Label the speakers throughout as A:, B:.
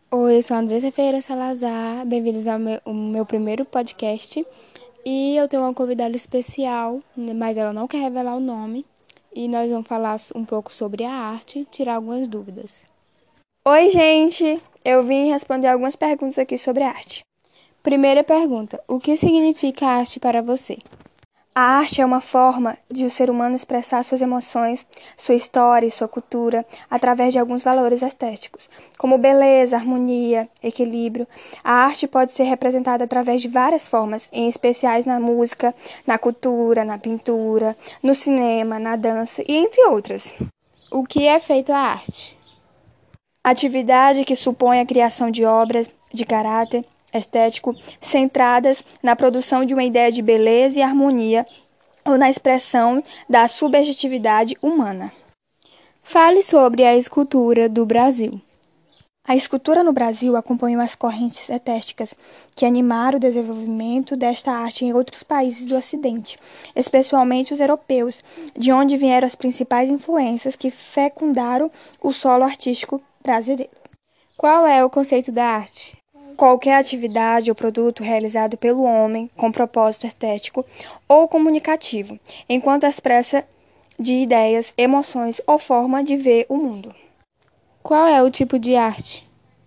A: Oi, eu sou a Andressa Ferreira Salazar, bem-vindos ao meu primeiro podcast. E eu tenho uma convidada especial, mas ela não quer revelar o nome. E nós vamos falar um pouco sobre a arte, tirar algumas dúvidas.
B: Oi, gente! Eu vim responder algumas perguntas aqui sobre arte.
A: Primeira pergunta: o que significa arte para você?
B: A arte é uma forma de o ser humano expressar suas emoções, sua história e sua cultura através de alguns valores estéticos, como beleza, harmonia, equilíbrio. A arte pode ser representada através de várias formas, em especiais na música, na cultura, na pintura, no cinema, na dança e entre outras.
A: O que é feito a arte?
B: Atividade que supõe a criação de obras de caráter estético centradas na produção de uma ideia de beleza e harmonia ou na expressão da subjetividade humana.
A: Fale sobre a escultura do Brasil.
B: A escultura no Brasil acompanhou as correntes estéticas que animaram o desenvolvimento desta arte em outros países do Ocidente, especialmente os europeus, de onde vieram as principais influências que fecundaram o solo artístico brasileiro.
A: Qual é o conceito da arte?
B: Qualquer atividade ou produto realizado pelo homem com propósito estético ou comunicativo, enquanto expressa de ideias, emoções ou forma de ver o mundo.
A: Qual é o tipo de arte?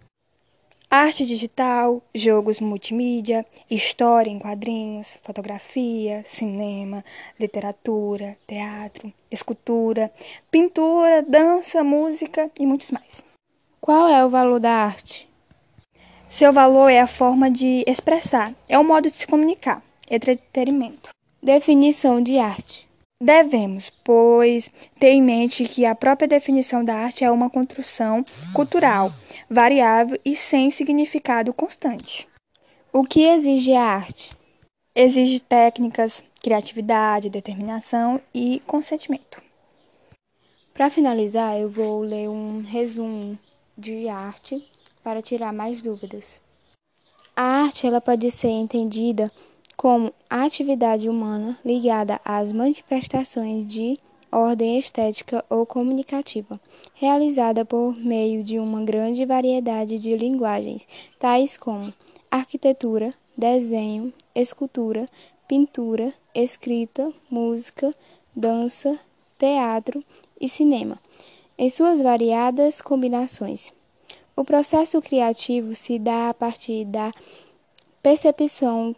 B: Arte digital, jogos multimídia, história em quadrinhos, fotografia, cinema, literatura, teatro, escultura, pintura, dança, música e muitos mais.
A: Qual é o valor da arte?
B: Seu valor é a forma de expressar, é um modo de se comunicar, entretenimento.
A: Definição de arte.
B: Devemos, pois, ter em mente que a própria definição da arte é uma construção cultural, variável e sem significado constante.
A: O que exige a arte?
B: Exige técnicas, criatividade, determinação e consentimento.
A: Para finalizar, eu vou ler um resumo de arte para tirar mais dúvidas. A arte ela pode ser entendida como a atividade humana ligada às manifestações de ordem estética ou comunicativa, realizada por meio de uma grande variedade de linguagens, tais como arquitetura, desenho, escultura, pintura, escrita, música, dança, teatro e cinema, em suas variadas combinações. O processo criativo se dá a partir da percepção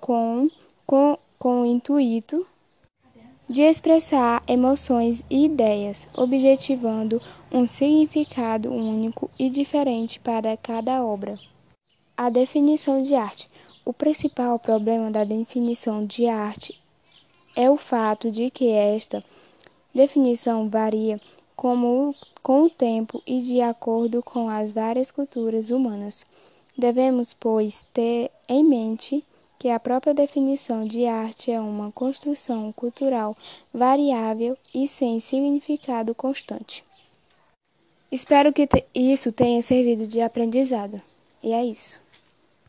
A: com o intuito de expressar emoções e ideias, objetivando um significado único e diferente para cada obra. A definição de arte. O principal problema da definição de arte é o fato de que esta definição varia com o tempo e de acordo com as várias culturas humanas. Devemos, pois, ter em mente que a própria definição de arte é uma construção cultural variável e sem significado constante. Espero que isso tenha servido de aprendizado. E é isso.